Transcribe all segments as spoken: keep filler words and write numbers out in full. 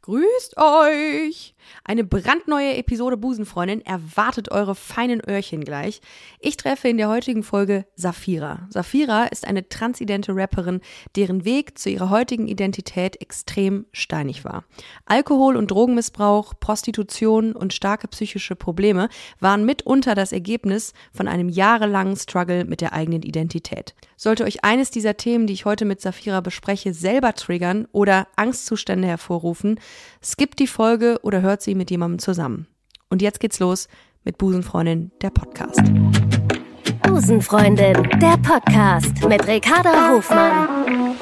Grüßt euch! Eine brandneue Episode Busenfreundin erwartet eure feinen Öhrchen gleich. Ich treffe in der heutigen Folge Saphira. Saphira ist eine transidente Rapperin, deren Weg zu ihrer heutigen Identität extrem steinig war. Alkohol- und Drogenmissbrauch, Prostitution und starke psychische Probleme waren mitunter das Ergebnis von einem jahrelangen Struggle mit der eigenen Identität. Sollte euch eines dieser Themen, die ich heute mit Saphira bespreche, selber triggern oder Angstzustände hervorrufen, skippt die Folge oder hört sie mit jemandem zusammen. Und jetzt geht's los mit Busenfreundin, der Podcast. Busenfreundin, der Podcast mit Ricarda Hofmann.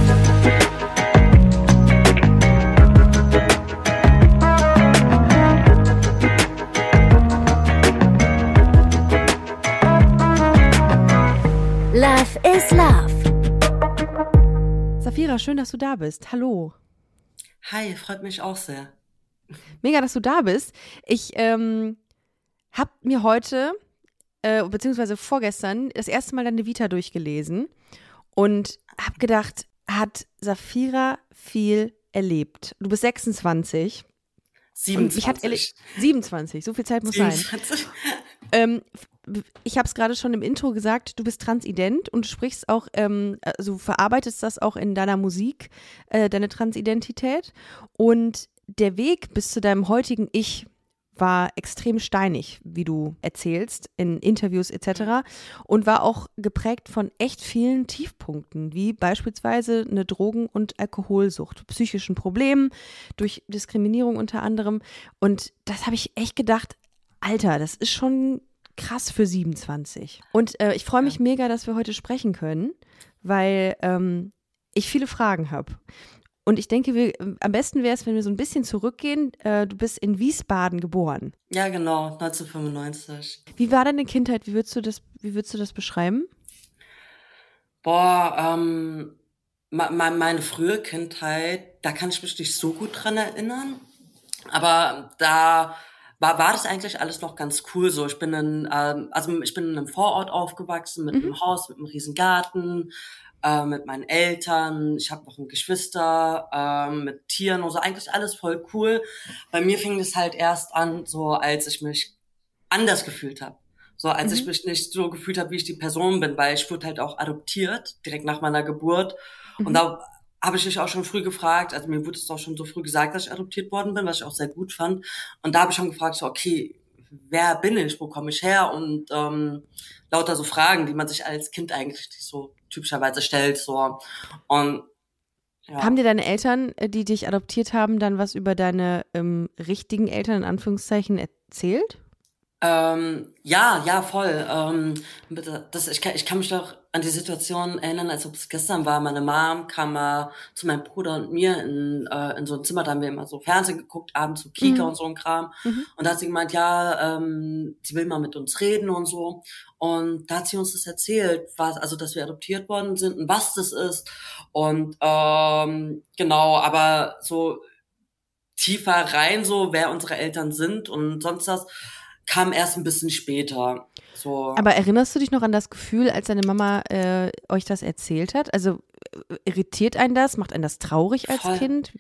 Love is Love. Saphira, schön, dass du da bist. Hallo. Hi, freut mich auch sehr. Mega, dass du da bist. Ich ähm, habe mir heute, äh, beziehungsweise vorgestern, das erste Mal deine Vita durchgelesen und habe gedacht, hat Saphira viel erlebt. Du bist sechsundzwanzig. siebenundzwanzig. Mich hat erle- siebenundzwanzig, so viel Zeit muss siebenundzwanzig. sein. Ähm, ich habe es gerade schon im Intro gesagt, du bist transident und du sprichst auch, ähm, also verarbeitest das auch in deiner Musik, äh, deine Transidentität. Und der Weg bis zu deinem heutigen Ich war extrem steinig, wie du erzählst, in Interviews et cetera. Und war auch geprägt von echt vielen Tiefpunkten, wie beispielsweise eine Drogen- und Alkoholsucht, psychischen Problemen, durch Diskriminierung unter anderem. Und das habe ich echt gedacht, Alter, das ist schon krass für siebenundzwanzig. Und äh, ich freue mich ja. mega, dass wir heute sprechen können, weil ähm, ich viele Fragen habe. Und ich denke, wir, am besten wäre es, wenn wir so ein bisschen zurückgehen. Äh, du bist in Wiesbaden geboren. Ja, genau, neunzehnhundertfünfundneunzig. Wie war deine Kindheit? Wie würdest du das, wie würdest du das beschreiben? Boah, ähm, ma- ma- meine frühe Kindheit, da kann ich mich nicht so gut dran erinnern. Aber da war, war das eigentlich alles noch ganz cool so. Ich bin in, ähm, also ich bin in einem Vorort aufgewachsen mit mhm. einem Haus, mit einem riesen Garten, äh, mit meinen Eltern. Ich habe noch ein Geschwister, äh, mit Tieren und so. Eigentlich alles voll cool. Bei mir fing es halt erst an, so als ich mich anders gefühlt habe. So als mhm. ich mich nicht so gefühlt habe, wie ich die Person bin, weil ich wurde halt auch adoptiert, direkt nach meiner Geburt. Mhm. Und da habe ich mich auch schon früh gefragt, also mir wurde es auch schon so früh gesagt, dass ich adoptiert worden bin, was ich auch sehr gut fand. Und da habe ich schon gefragt, so okay, wer bin ich, wo komme ich her? Und ähm, lauter so Fragen, die man sich als Kind eigentlich nicht so typischerweise stellt. So. Und ja. Haben dir deine Eltern, die dich adoptiert haben, dann was über deine ähm, richtigen Eltern in Anführungszeichen erzählt? Ähm, ja, ja, voll. Ähm, das, ich, kann, ich kann mich doch an die Situation erinnern, als ob es gestern war. Meine Mom kam mal zu meinem Bruder und mir in, äh, in so ein Zimmer, da haben wir immer so Fernsehen geguckt, abends so Kika mhm. und so ein Kram. Mhm. Und da hat sie gemeint, ja, ähm, sie will mal mit uns reden und so. Und da hat sie uns das erzählt, was, also dass wir adoptiert worden sind und was das ist. Und ähm, genau, aber so tiefer rein, so wer unsere Eltern sind und sonst was, kam erst ein bisschen später. So. Aber erinnerst du dich noch an das Gefühl, als deine Mama äh, euch das erzählt hat? Also irritiert einen das? Macht einen das traurig als Voll. Kind?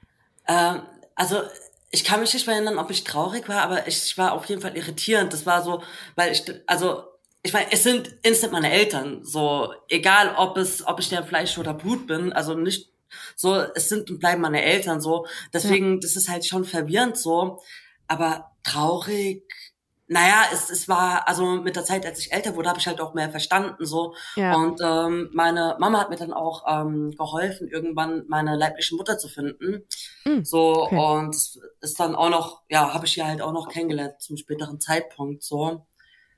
Ähm, also ich kann mich nicht mehr erinnern, ob ich traurig war, aber ich war auf jeden Fall irritierend. Das war so, weil ich, also ich meine, es sind instant meine Eltern. So, egal ob es, ob ich der Fleisch oder Blut bin, also nicht so, es sind und bleiben meine Eltern so. Deswegen, ja. Das ist halt schon verwirrend so. Aber traurig. Naja, es, es war, also mit der Zeit, als ich älter wurde, habe ich halt auch mehr verstanden, so. Ja. Und ähm, meine Mama hat mir dann auch ähm, geholfen, irgendwann meine leibliche Mutter zu finden. Mhm. So, okay. Und es ist dann auch noch, ja, habe ich sie halt auch noch kennengelernt zum späteren Zeitpunkt, so.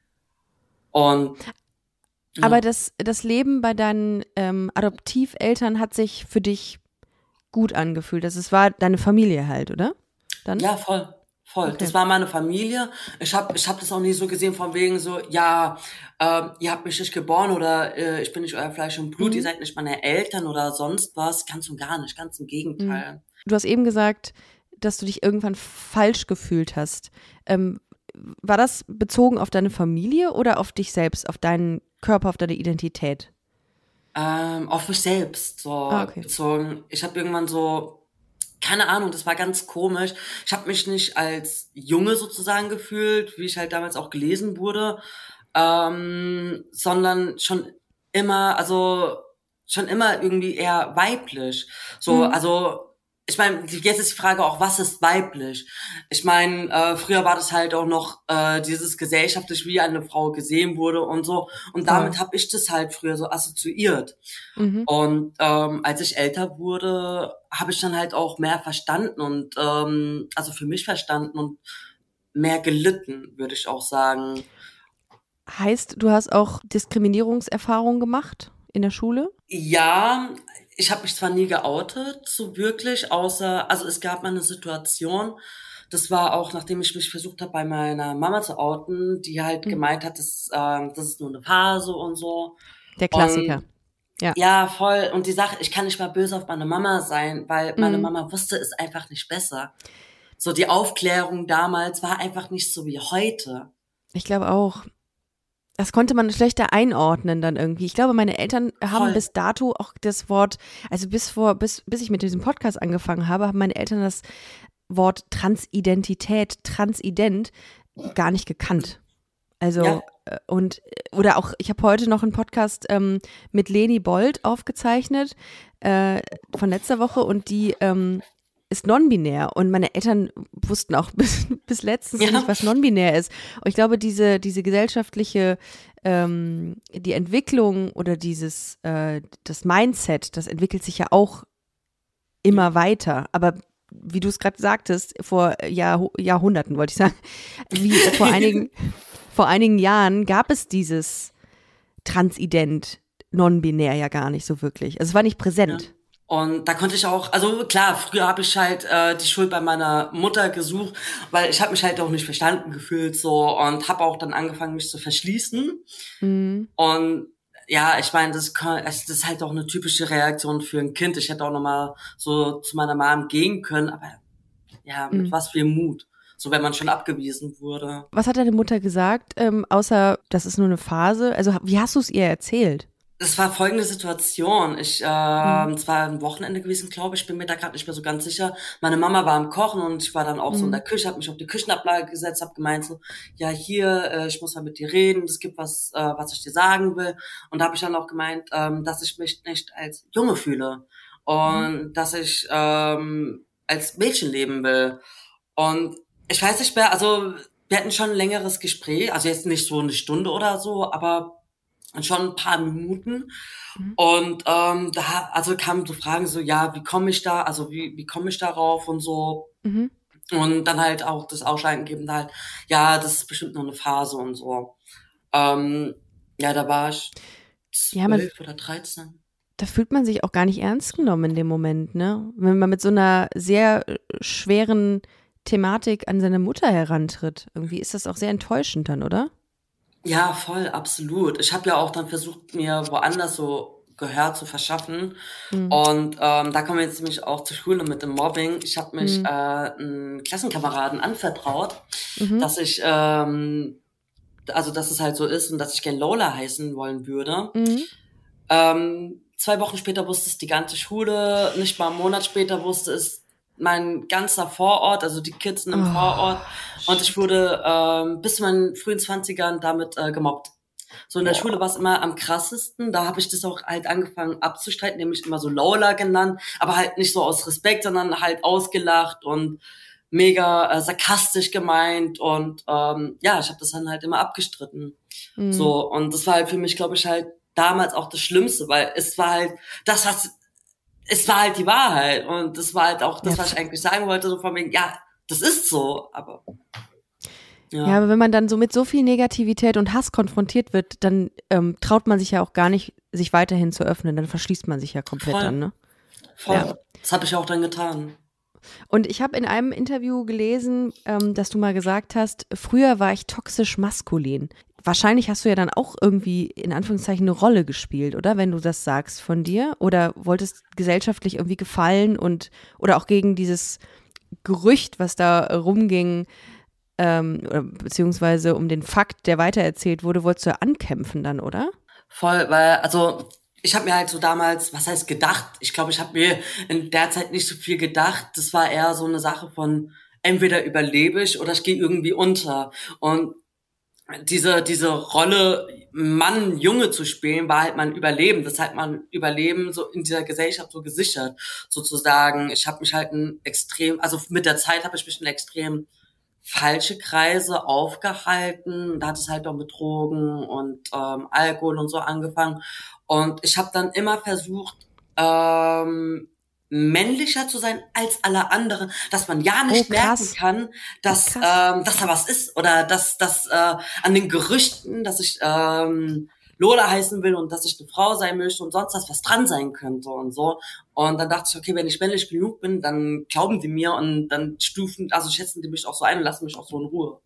Und ja. Aber das, das Leben bei deinen ähm, Adoptiveltern hat sich für dich gut angefühlt. Das es war deine Familie halt, oder? Dann? Ja, voll. Voll, okay. Das war meine Familie. Ich habe ich hab das auch nicht so gesehen von wegen so, ja, äh, ihr habt mich nicht geboren oder äh, ich bin nicht euer Fleisch und Blut, mhm. ihr seid nicht meine Eltern oder sonst was. Ganz und gar nicht, ganz im Gegenteil. Mhm. Du hast eben gesagt, dass du dich irgendwann falsch gefühlt hast. Ähm, war das bezogen auf deine Familie oder auf dich selbst, auf deinen Körper, auf deine Identität? Ähm, auf mich selbst so ah, okay. bezogen. Ich habe irgendwann so keine Ahnung, das war ganz komisch. Ich habe mich nicht als Junge sozusagen gefühlt, wie ich halt damals auch gelesen wurde, ähm, sondern schon immer, also schon immer irgendwie eher weiblich. So, Mhm. also ich meine, jetzt ist die Frage auch, was ist weiblich? Ich meine, äh, früher war das halt auch noch äh, dieses gesellschaftlich, wie eine Frau gesehen wurde und so. Und Voll. damit habe ich das halt früher so assoziiert. Mhm. Und ähm, als ich älter wurde, habe ich dann halt auch mehr verstanden und ähm, also für mich verstanden und mehr gelitten, würde ich auch sagen. Heißt, du hast auch Diskriminierungserfahrungen gemacht in der Schule? Ja, ich habe mich zwar nie geoutet, so wirklich, außer, also es gab mal eine Situation, das war auch, nachdem ich mich versucht habe, bei meiner Mama zu outen, die halt Mhm. gemeint hat, dass, ähm, das ist nur eine Phase und so. Der Klassiker. Und Ja. ja, voll. Und die Sache, ich kann nicht mal böse auf meine Mama sein, weil meine Mhm. Mama wusste es einfach nicht besser. So, die Aufklärung damals war einfach nicht so wie heute. Ich glaube auch. Das konnte man schlechter einordnen dann irgendwie. Ich glaube, meine Eltern haben Voll. bis dato auch das Wort, also bis vor, bis, bis ich mit diesem Podcast angefangen habe, haben meine Eltern das Wort Transidentität, Transident gar nicht gekannt. Also, Ja. äh, und, oder auch, ich habe heute noch einen Podcast ähm, mit Leni Bold aufgezeichnet, äh, von letzter Woche, und die ähm, ist non-binär, und meine Eltern wussten auch bis, bis letztens Ja. nicht, was non-binär ist. Und ich glaube, diese, diese gesellschaftliche, ähm, die Entwicklung oder dieses, äh, das Mindset, das entwickelt sich ja auch immer weiter. Aber wie du es gerade sagtest, vor Jahr, Jahrhunderten, wollte ich sagen, wie vor einigen, vor einigen Jahren gab es dieses Transident, non-binär ja gar nicht so wirklich. Also es war nicht präsent. Ja. Und da konnte ich auch, also klar, früher habe ich halt äh, die Schuld bei meiner Mutter gesucht, weil ich habe mich halt auch nicht verstanden gefühlt so und habe auch dann angefangen, mich zu verschließen. Mhm. Und ja, ich meine, das, kann, das ist halt auch eine typische Reaktion für ein Kind. Ich hätte auch nochmal so zu meiner Mom gehen können, aber ja, mit Mhm. was für Mut. So, wenn man schon abgewiesen wurde. Was hat deine Mutter gesagt, ähm, außer, das ist nur eine Phase? Also wie hast du es ihr erzählt? Es war folgende Situation. Ich, äh, Mhm. es war ein Wochenende gewesen, glaube ich. Ich bin mir da gerade nicht mehr so ganz sicher. Meine Mama war am Kochen und ich war dann auch so in Mhm. der Küche, habe mich auf die Küchenablage gesetzt, habe gemeint so, ja hier, äh, ich muss mal mit dir reden. Es gibt was, äh, was ich dir sagen will. Und da habe ich dann auch gemeint, ähm, dass ich mich nicht als Junge fühle und Mhm. dass ich ähm, als Mädchen leben will. Und ich weiß nicht mehr. Also wir hatten schon ein längeres Gespräch, also jetzt nicht so eine Stunde oder so, aber schon ein paar Minuten. Mhm. Und ähm, da also kamen so Fragen so, ja, wie komme ich da, also wie wie komme ich darauf und so. Mhm. Und dann halt auch das Ausschlaggebende halt, ja, das ist bestimmt nur eine Phase und so. Ähm, ja, da war ich Ja, man, zwölf oder dreizehn. da fühlt man sich auch gar nicht ernst genommen in dem Moment, ne? Wenn man mit so einer sehr äh, schweren Thematik an seine Mutter herantritt. Irgendwie ist das auch sehr enttäuschend dann, oder? Ja, voll, absolut. Ich habe ja auch dann versucht, mir woanders so Gehör zu verschaffen. Mhm. Und ähm, da kommen wir jetzt nämlich auch zur Schule mit dem Mobbing. Ich habe mich Mhm. äh, einem Klassenkameraden anvertraut, Mhm. dass ich, ähm, also dass es halt so ist und dass ich gern Lola heißen wollen würde. Mhm. Ähm, zwei Wochen später wusste es die ganze Schule, nicht mal einen Monat später wusste es mein ganzer Vorort, also die Kids in dem Oh, Vorort. Und ich shit. wurde ähm, bis zu meinen frühen Zwanzigern damit äh, gemobbt. So in der Boah. Schule war es immer am krassesten. Da habe ich das auch halt angefangen abzustreiten, nämlich immer so Lola genannt, aber halt nicht so aus Respekt, sondern halt ausgelacht und mega äh, sarkastisch gemeint. Und ähm, ja, ich habe das dann halt immer abgestritten. Mhm. So, und das war halt für mich, glaube ich, halt damals auch das Schlimmste, weil es war halt das, was es war halt die Wahrheit und das war halt auch das, Ja, was ich eigentlich sagen wollte, so von wegen, ja, das ist so, aber ja, Ja, aber wenn man dann so mit so viel Negativität und Hass konfrontiert wird, dann ähm, traut man sich ja auch gar nicht, sich weiterhin zu öffnen. Dann verschließt man sich ja komplett Voll. dann, ne? voll. Ja. Das habe ich auch dann getan. Und ich habe in einem Interview gelesen, ähm, dass du mal gesagt hast, früher war ich toxisch maskulin. Wahrscheinlich hast du ja dann auch irgendwie in Anführungszeichen eine Rolle gespielt, oder? Wenn du das sagst von dir. Oder wolltest gesellschaftlich irgendwie gefallen und oder auch gegen dieses Gerücht, was da rumging, ähm, oder beziehungsweise um den Fakt, der weitererzählt wurde, wolltest du ja ankämpfen dann, oder? Voll, weil, also ich habe mir halt so damals, was heißt gedacht? Ich glaube, ich habe mir in der Zeit nicht so viel gedacht. Das war eher so eine Sache von entweder überlebe ich oder ich gehe irgendwie unter. Und diese diese Rolle Mann Junge zu spielen war halt mein Überleben. Das hat mein Überleben so in dieser Gesellschaft so gesichert sozusagen. Ich habe mich halt ein extrem, also mit der Zeit habe ich mich in extrem falsche Kreise aufgehalten. Da hat es halt auch mit Drogen und ähm, Alkohol und so angefangen. Und ich habe dann immer versucht, ähm, männlicher zu sein als alle anderen, dass man ja Oh, nicht merken krass. kann, dass Krass. ähm, dass da was ist oder dass dass äh, an den Gerüchten, dass ich ähm, Lola heißen will und dass ich eine Frau sein möchte und sonst was was dran sein könnte und so. Und dann dachte ich, okay, wenn ich männlich genug bin, dann glauben die mir und dann stufen, also schätzen die mich auch so ein und lassen mich auch so in Ruhe.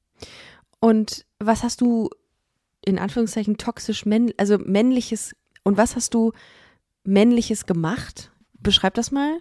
Und was hast du in Anführungszeichen toxisch männ also männliches und was hast du männliches gemacht? Beschreib das mal.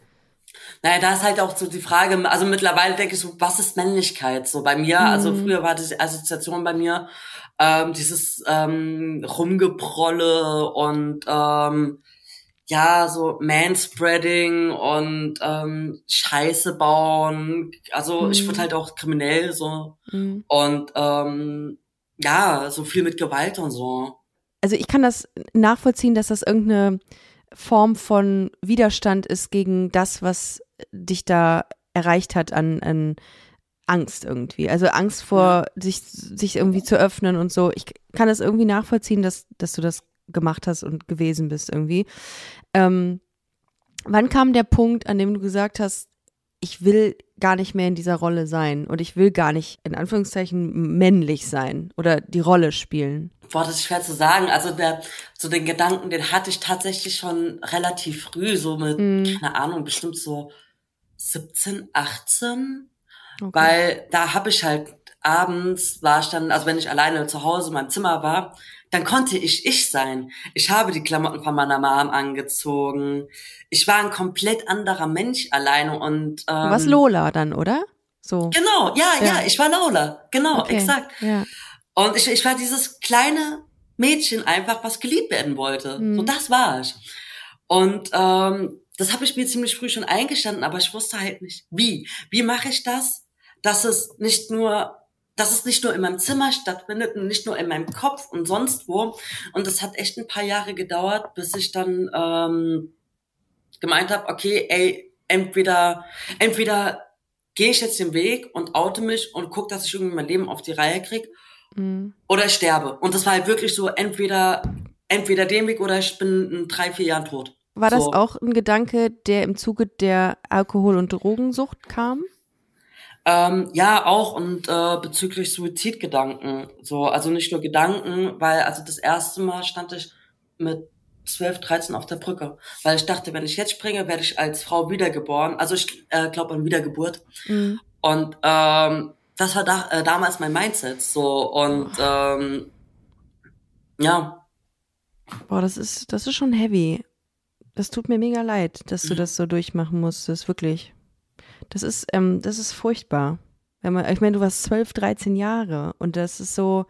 Naja, da ist halt auch so die Frage, also mittlerweile denke ich so, was ist Männlichkeit? So bei mir, also Mhm. früher war die Assoziation bei mir, ähm, dieses ähm, Rumgeprolle und ähm, ja, so Manspreading und ähm, Scheiße bauen. Also ich wurde Mhm. halt auch kriminell so Mhm. und ähm, ja, so viel mit Gewalt und so. Also ich kann das nachvollziehen, dass das irgendeine Form von Widerstand ist gegen das, was dich da erreicht hat an, an Angst irgendwie. Also Angst vor, Ja. sich, sich irgendwie zu öffnen und so. Ich kann das irgendwie nachvollziehen, dass, dass du das gemacht hast und gewesen bist irgendwie. Ähm, wann kam der Punkt, an dem du gesagt hast, ich will gar nicht mehr in dieser Rolle sein und ich will gar nicht, in Anführungszeichen, männlich sein oder die Rolle spielen? Boah, das ist schwer zu sagen. Also der, so den Gedanken, den hatte ich tatsächlich schon relativ früh, so mit, Mhm. keine Ahnung, bestimmt so siebzehn, achtzehn. Okay. Weil da habe ich halt abends, war ich dann, also wenn ich alleine zu Hause in meinem Zimmer war, dann konnte ich ich sein. Ich habe die Klamotten von meiner Mom angezogen. Ich war ein komplett anderer Mensch alleine und Du warst ähm, Lola dann, oder? So. genau, ja, ja, Ja. ich war Lola, genau, Okay. exakt. Ja. Und ich, ich war dieses kleine Mädchen einfach, was geliebt werden wollte. So, Mhm. das war ich. Und ähm, das habe ich mir ziemlich früh schon eingestanden, aber ich wusste halt nicht, wie. Wie mache ich das, dass es nicht nur, dass es nicht nur in meinem Zimmer stattfindet und nicht nur in meinem Kopf und sonst wo. Und das hat echt ein paar Jahre gedauert, bis ich dann ähm, gemeint habe, okay, ey, entweder, entweder gehe ich jetzt den Weg und oute mich und guck, dass ich irgendwie mein Leben auf die Reihe krieg, Mhm. oder ich sterbe. Und das war halt wirklich so, entweder, entweder den Weg oder ich bin in drei, vier Jahren tot. War das So. auch ein Gedanke, der im Zuge der Alkohol- und Drogensucht kam? Ähm, ja, auch und äh, bezüglich Suizidgedanken. So, also nicht nur Gedanken, weil also das erste Mal stand ich mit zwölf, dreizehn auf der Brücke. Weil ich dachte, wenn ich jetzt springe, werde ich als Frau wiedergeboren. Also ich äh, glaube an Wiedergeburt. Mhm. Und ähm, das war da, äh, damals mein Mindset. So, und ähm, ja. Boah, das ist, das ist schon heavy. Das tut mir mega leid, dass du das so durchmachen musstest, wirklich. Das ist, ähm, das ist furchtbar. Wenn man, ich meine, du warst zwölf, dreizehn Jahre und das ist so,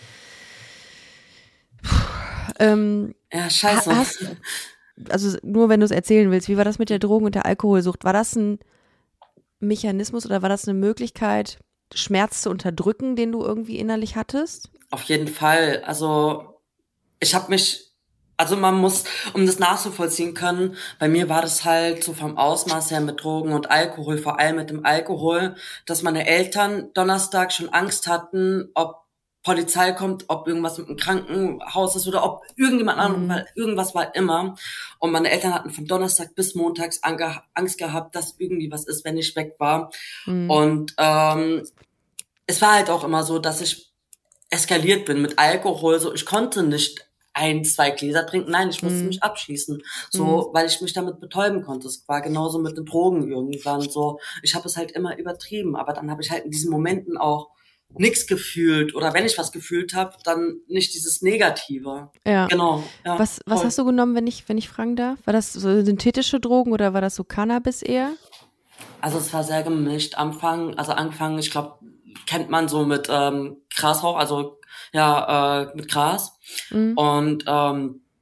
ähm, Ja, ha- scheiße. hast, also nur wenn du es erzählen willst, wie war das mit der Drogen- und der Alkoholsucht? War das ein Mechanismus oder war das eine Möglichkeit, Schmerz zu unterdrücken, den du irgendwie innerlich hattest? Auf jeden Fall. Also ich habe mich, also man muss, um das nachzuvollziehen können, bei mir war das halt so vom Ausmaß her mit Drogen und Alkohol, vor allem mit dem Alkohol, dass meine Eltern Donnerstag schon Angst hatten, ob Polizei kommt, ob irgendwas mit dem Krankenhaus ist oder ob irgendjemand anruft, Mhm. weil irgendwas war immer. Und meine Eltern hatten von Donnerstag bis Montags ange- Angst gehabt, dass irgendwie was ist, wenn ich weg war. Mhm. Und ähm, es war halt auch immer so, dass ich eskaliert bin mit Alkohol. So, ich konnte nicht ein, zwei Gläser trinken. Nein, ich musste Mhm. mich abschießen. Mhm. So, weil ich mich damit betäuben konnte. Es war genauso mit den Drogen irgendwann so. Ich habe es halt immer übertrieben. Aber dann habe ich halt in diesen Momenten auch nichts gefühlt. Oder wenn ich was gefühlt habe, dann nicht dieses Negative. Ja. Genau, ja, Was, was voll. hast du genommen, wenn ich, wenn ich fragen darf? War das so synthetische Drogen oder war das so Cannabis eher? Also es war sehr gemischt. Anfang, also angefangen, ich glaube, kennt man so mit ähm, Grasrauch, also ja, äh, mit Gras. Mhm. Und ähm,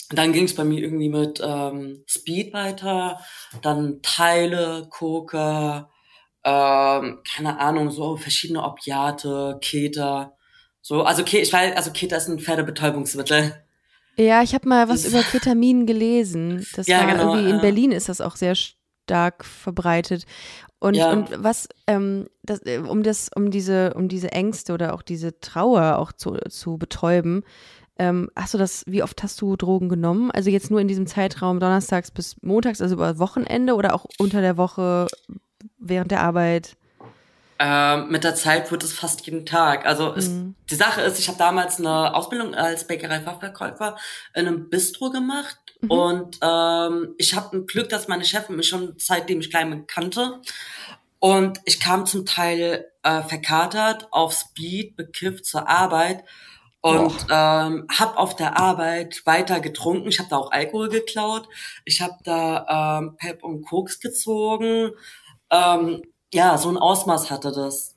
Dann ging es bei mir irgendwie mit ähm, Speed weiter, dann Teile, Coca, ähm, keine Ahnung, so verschiedene Opiate, Keter. So, also Ke ich weiß, also Keter ist ein Pferdebetäubungsmittel. Ja, ich habe mal was Das, über Ketamin gelesen. Das ja, war genau, irgendwie in äh, Berlin ist das auch sehr stark verbreitet. Und ja. und was ähm, das, äh, um das um diese um diese Ängste oder auch diese Trauer auch zu zu betäuben. Ähm, hast du das? Wie oft hast du Drogen genommen? Also jetzt nur in diesem Zeitraum donnerstags bis montags, also über Wochenende oder auch unter der Woche während der Arbeit? Ähm, mit der Zeit wird es fast jeden Tag. Also es, Mhm. die Sache ist, ich habe damals eine Ausbildung als Bäckerei-Fachverkäufer in einem Bistro gemacht Mhm. und ähm, ich habe ein Glück, dass meine Chefin mich schon seitdem ich klein bin kannte und ich kam zum Teil äh, verkatert, auf Speed, bekifft zur Arbeit Boah, und ähm, habe auf der Arbeit weiter getrunken. Ich habe da auch Alkohol geklaut. Ich habe da ähm, Pep und Koks gezogen. Ähm, ja, so ein Ausmaß hatte das.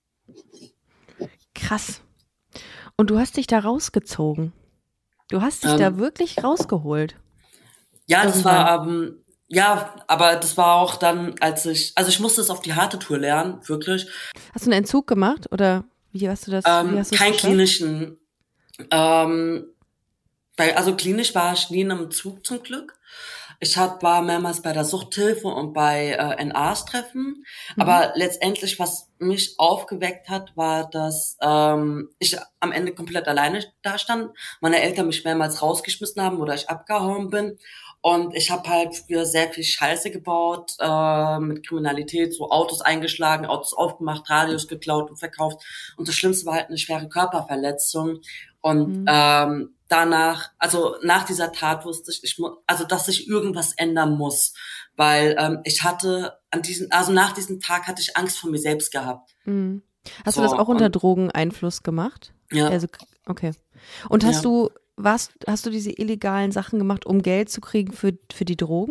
krass. Und du hast dich da rausgezogen. Du hast dich da Ähm, wirklich rausgeholt. ja, das Irgendwann. war, ähm, ja, aber das war auch dann, als ich, also ich musste es auf die harte Tour lernen, wirklich. Hast du einen Entzug gemacht oder wie hast du das, wie Ähm, hast du es kein geschafft? klinischen, ähm, weil, also klinisch war ich nie in einem Zug zum Glück. Ich hab, war mehrmals bei der Suchthilfe und bei äh, N As-Treffen. Mhm. Aber letztendlich, was mich aufgeweckt hat, war, dass ähm, ich am Ende komplett alleine da stand. Meine Eltern mich mehrmals rausgeschmissen haben oder ich abgehauen bin. Und ich habe halt früher sehr viel Scheiße gebaut, äh, mit Kriminalität, so Autos eingeschlagen, Autos aufgemacht, Radios geklaut und verkauft. Und das Schlimmste war halt eine schwere Körperverletzung. Und Mhm. ähm, danach, also nach dieser Tat wusste ich, ich mu- also dass sich irgendwas ändern muss, weil ähm, ich hatte an diesem, also nach diesem Tag hatte ich Angst vor mir selbst gehabt. Mhm. Hast du das So auch unter und Drogeneinfluss gemacht? ja, Also, okay. Und hast ja, du, warst, hast du diese illegalen Sachen gemacht, um Geld zu kriegen für, für die Drogen?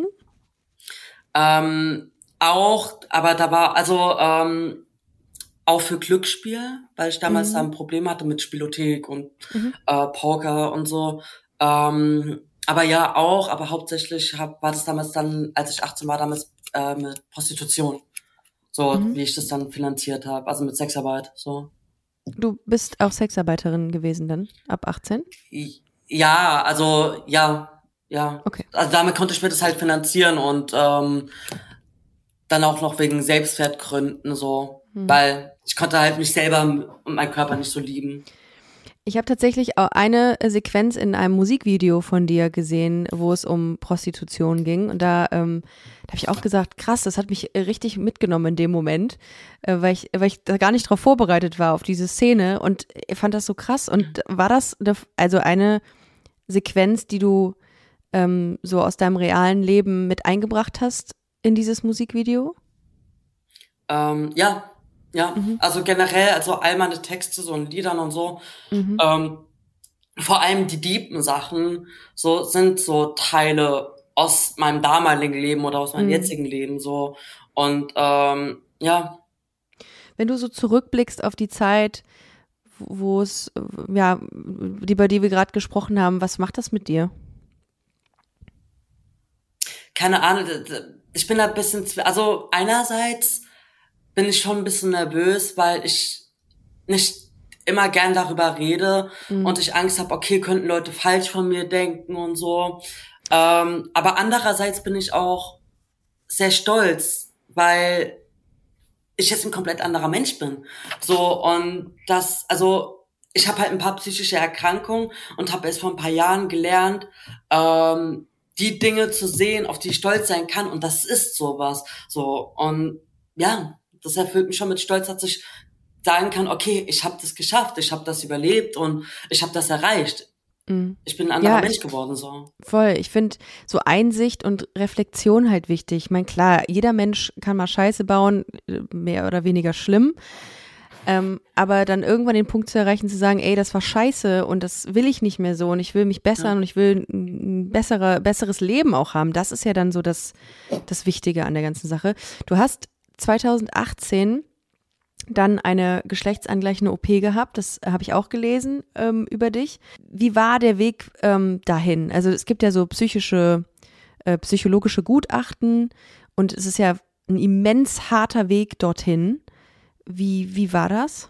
ähm, auch, aber da war also ähm, auch für Glücksspiel, weil ich damals da Mhm. ein Problem hatte mit Spielothek und Mhm. äh, Poker und so. Ähm, aber ja, auch, aber hauptsächlich hab, war das damals dann, als ich achtzehn war, damals äh, mit Prostitution. So, Mhm. wie ich das dann finanziert habe, also mit Sexarbeit, so. Du bist auch Sexarbeiterin gewesen dann, ab achtzehn? I- Ja, also, ja, ja. Okay. Also damit konnte ich mir das halt finanzieren und ähm, dann auch noch wegen Selbstwertgründen so, Mhm. weil ich konnte halt mich selber und meinen Körper nicht so lieben. Ich habe tatsächlich auch eine äh, Sequenz in einem Musikvideo von dir gesehen, wo es um Prostitution ging. Und da, ähm, da habe ich auch gesagt, krass, das hat mich äh, richtig mitgenommen in dem Moment, äh, weil ich, weil ich da gar nicht drauf vorbereitet war auf diese Szene und ich fand das so krass. Und war das eine, also eine Sequenz, die du ähm, so aus deinem realen Leben mit eingebracht hast in dieses Musikvideo? Ähm, ja, ja, Mhm. also generell, also all meine Texte so in Liedern und so, Mhm. ähm, vor allem die deepen Sachen, so sind so Teile aus meinem damaligen Leben oder aus meinem Mhm. jetzigen Leben so und ähm, ja, Wenn du so zurückblickst auf die Zeit, wo es, äh, ja, die, bei die wir gerade gesprochen haben, was macht das mit dir? keine Ahnung, d- d- ich bin da ein bisschen, zw- also einerseits bin ich schon ein bisschen nervös, weil ich nicht immer gern darüber rede und Mhm. ich Angst habe, okay, könnten Leute falsch von mir denken und so. Ähm, aber andererseits bin ich auch sehr stolz, weil ich jetzt ein komplett anderer Mensch bin. So und das, also ich habe halt ein paar psychische Erkrankungen und habe erst vor ein paar Jahren gelernt, ähm, die Dinge zu sehen, auf die ich stolz sein kann und das ist sowas. So und ja, das erfüllt mich schon mit Stolz, dass ich sagen kann, okay, ich habe das geschafft, ich habe das überlebt und ich habe das erreicht. Mhm. Ich bin ein anderer Ja, Mensch ich geworden so. voll. Ich finde so Einsicht und Reflexion halt wichtig. Ich meine, klar, jeder Mensch kann mal Scheiße bauen, äh, mehr oder weniger schlimm. Ähm, aber dann irgendwann den Punkt zu erreichen, zu sagen, ey, das war scheiße und das will ich nicht mehr so und ich will mich bessern Ja. und ich will ein bessere, besseres Leben auch haben. Das ist ja dann so das, das Wichtige an der ganzen Sache. Du hast zwanzig achtzehn dann eine geschlechtsangleichende O P gehabt. Das habe ich auch gelesen ähm, über dich. Wie war der Weg ähm, dahin? Also es gibt ja so psychische, äh, psychologische Gutachten und es ist ja ein immens harter Weg dorthin. Wie, wie war das?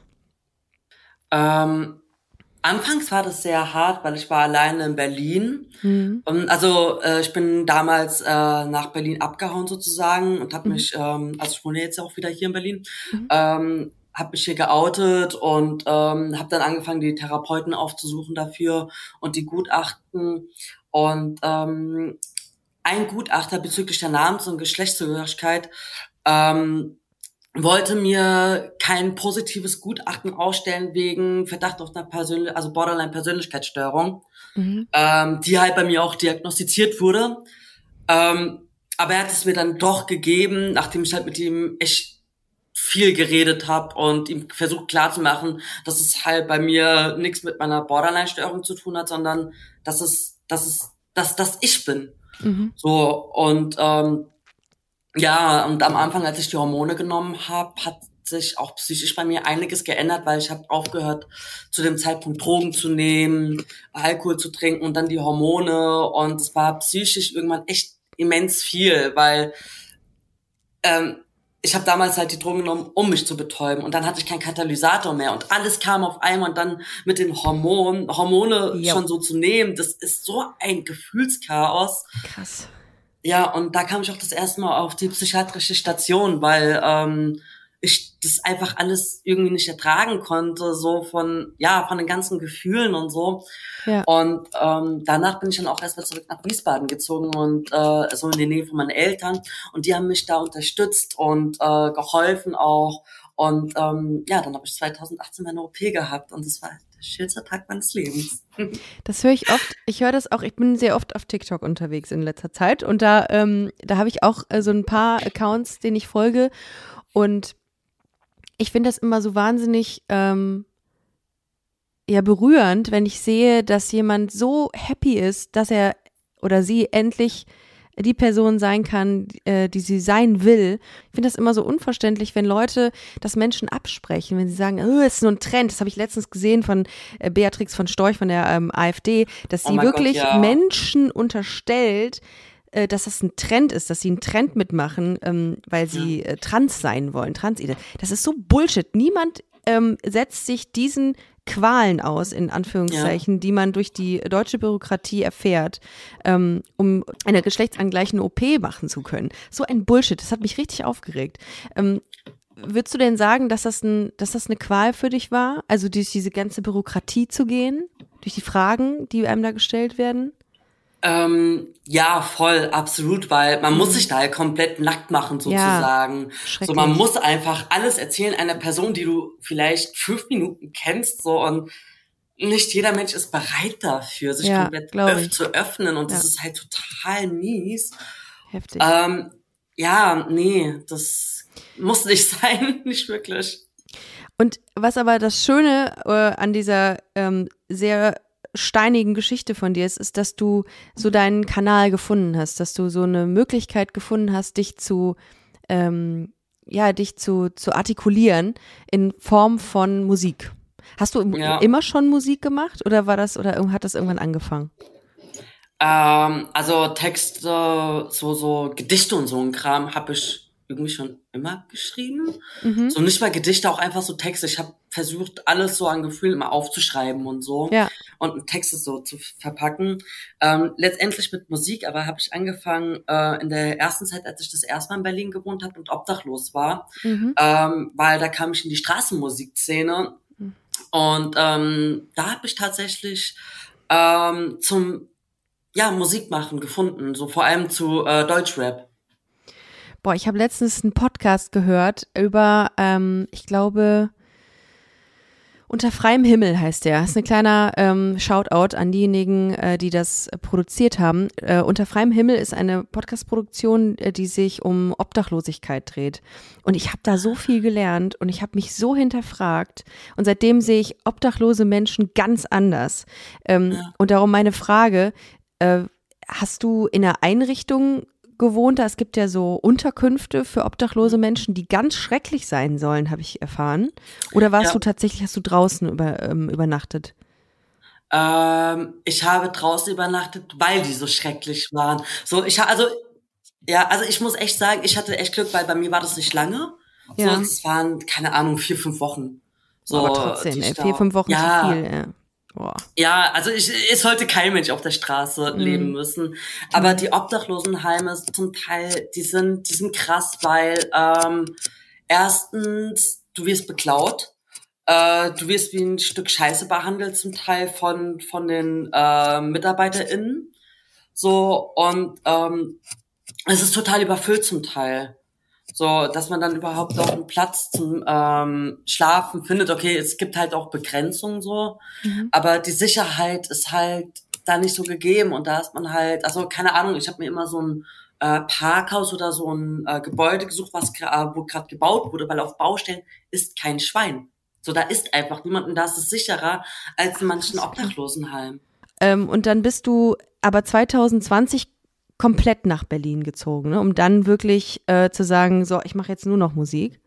Ähm, anfangs war das sehr hart, weil ich war alleine in Berlin. Mhm. Und also äh, ich bin damals äh, nach Berlin abgehauen sozusagen und habe Mhm. mich, ähm, also ich wohne jetzt ja auch wieder hier in Berlin, Mhm. ähm, habe mich hier geoutet und ähm, habe dann angefangen, die Therapeuten aufzusuchen dafür und die Gutachten. Und ähm, ein Gutachter bezüglich der Namens- und Geschlechtszugehörigkeit ähm, wollte mir kein positives Gutachten ausstellen wegen Verdacht auf eine Persönlich- also Borderline-Persönlichkeitsstörung, Mhm. ähm, die halt bei mir auch diagnostiziert wurde. Ähm, aber er hat es mir dann doch gegeben, nachdem ich halt mit ihm echt viel geredet habe und ihm versucht klarzumachen, dass es halt bei mir nichts mit meiner Borderline-Störung zu tun hat, sondern dass es, dass es, dass das ich bin. Mhm. So, und ähm, ja, und am Anfang, als ich die Hormone genommen habe, hat sich auch psychisch bei mir einiges geändert, weil ich habe aufgehört, zu dem Zeitpunkt Drogen zu nehmen, Alkohol zu trinken und dann die Hormone. Und es war psychisch irgendwann echt immens viel, weil ähm, ich habe damals halt die Drogen genommen, um mich zu betäuben. Und dann hatte ich keinen Katalysator mehr. Und alles kam auf einmal. Und dann mit den Hormonen, Hormone Jo. schon so zu nehmen, das ist so ein Gefühlschaos. Krass. Ja, und da kam ich auch das erste Mal auf die psychiatrische Station, weil ähm, ich das einfach alles irgendwie nicht ertragen konnte, so von, ja, von den ganzen Gefühlen und so. Ja. Und ähm, danach bin ich dann auch erstmal zurück nach Wiesbaden gezogen und äh, so in die Nähe von meinen Eltern. Und die haben mich da unterstützt und äh, geholfen auch. Und ähm, ja, dann habe ich zwanzig achtzehn meine O P gehabt und das war der schönste Tag meines Lebens. Das höre ich oft. Ich höre das auch. Ich bin sehr oft auf TikTok unterwegs in letzter Zeit und da, ähm, da habe ich auch äh, so ein paar Accounts, denen ich folge und ich finde das immer so wahnsinnig ähm, ja berührend, wenn ich sehe, dass jemand so happy ist, dass er oder sie endlich die Person sein kann, äh, die sie sein will. Ich finde das immer so unverständlich, wenn Leute das Menschen absprechen, wenn sie sagen, oh, es ist nur ein Trend. Das habe ich letztens gesehen von äh, Beatrix von Storch von der ähm, AfD, dass Oh sie mein wirklich Gott, ja. Menschen unterstellt, äh, dass das ein Trend ist, dass sie einen Trend mitmachen, ähm, weil sie äh, trans sein wollen, transident. Das ist so Bullshit. Niemand ähm, setzt sich diesen Qualen aus, in Anführungszeichen, ja. die man durch die deutsche Bürokratie erfährt, ähm, um eine geschlechtsangleichende O P machen zu können. So ein Bullshit, das hat mich richtig aufgeregt. Ähm, würdest du denn sagen, dass das, ein, dass das eine Qual für dich war, also durch diese ganze Bürokratie zu gehen, durch die Fragen, die einem da gestellt werden? Ähm, ja, voll, absolut, weil man mhm. muss sich da halt komplett nackt machen sozusagen. Ja, so, man muss einfach alles erzählen einer Person, die du vielleicht fünf Minuten kennst, so, und nicht jeder Mensch ist bereit dafür, sich ja, komplett öff- zu öffnen und ja. das ist halt total mies. Heftig. Ähm, ja, nee, das muss nicht sein, nicht wirklich. Und was aber das Schöne äh, an dieser ähm, sehr steinigen Geschichte von dir ist, ist, dass du so deinen Kanal gefunden hast, dass du so eine Möglichkeit gefunden hast, dich zu, ähm, ja, dich zu, zu artikulieren in Form von Musik. Hast du ja. immer schon Musik gemacht oder war das, oder hat das irgendwann angefangen? Ähm, also Texte, so, so Gedichte und so ein Kram habe ich irgendwie schon immer geschrieben. Mhm. So nicht mal Gedichte, auch einfach so Texte. Ich habe versucht, alles so an Gefühlen immer aufzuschreiben und so. Ja. Und Texte so zu verpacken. Ähm, letztendlich mit Musik, aber habe ich angefangen äh, in der ersten Zeit, als ich das erste Mal in Berlin gewohnt habe und obdachlos war. Mhm. Ähm, weil da kam ich in die Straßenmusikszene. Mhm. Und ähm, da habe ich tatsächlich ähm, zum ja Musik machen gefunden. So vor allem zu äh, Deutschrap. Boah, ich habe letztens einen Podcast gehört über, ähm, ich glaube, Unter freiem Himmel heißt der. Das ist ein kleiner ähm, Shoutout an diejenigen, äh, die das äh, produziert haben. Äh, Unter freiem Himmel ist eine Podcast-Produktion, äh, die sich um Obdachlosigkeit dreht. Und ich habe da so viel gelernt und ich habe mich so hinterfragt. Und seitdem sehe ich obdachlose Menschen ganz anders. Ähm, ja. Und darum meine Frage, äh, hast du in einer Einrichtung gewohnt da? Es gibt ja so Unterkünfte für obdachlose Menschen, die ganz schrecklich sein sollen, habe ich erfahren. Oder warst Ja. du tatsächlich, hast du draußen über, ähm, übernachtet? Ähm, ich habe draußen übernachtet, weil die so schrecklich waren. So, ich ha- also ja, also ich muss echt sagen, ich hatte echt Glück, weil bei mir war das nicht lange. So, Ja. es waren keine Ahnung vier, fünf Wochen. So, Aber trotzdem, die ey, ich da- vier, fünf Wochen ja, zu viel. Ja. Boah. Ja, also ich, es sollte kein Mensch auf der Straße Mhm. leben müssen. Aber die Obdachlosenheime zum Teil, die sind, die sind krass, weil ähm, erstens, du wirst beklaut, äh, du wirst wie ein Stück Scheiße behandelt zum Teil von von den äh, MitarbeiterInnen. So, und ähm, es ist total überfüllt zum Teil. So, dass man dann überhaupt auch einen Platz zum ähm, Schlafen findet. Okay, es gibt halt auch Begrenzungen so, Mhm. aber die Sicherheit ist halt da nicht so gegeben und da ist man halt, also keine Ahnung, ich habe mir immer so ein äh, Parkhaus oder so ein äh, Gebäude gesucht, was gra- wo gerade gebaut wurde, weil auf Baustellen ist kein Schwein. So, da ist einfach niemand und da ist es sicherer als in manchen krass, okay. Obdachlosenheimen. Ähm, und dann bist du aber zwanzig zwanzig komplett nach Berlin gezogen, ne? Um dann wirklich äh, zu sagen, so, ich mache jetzt nur noch Musik.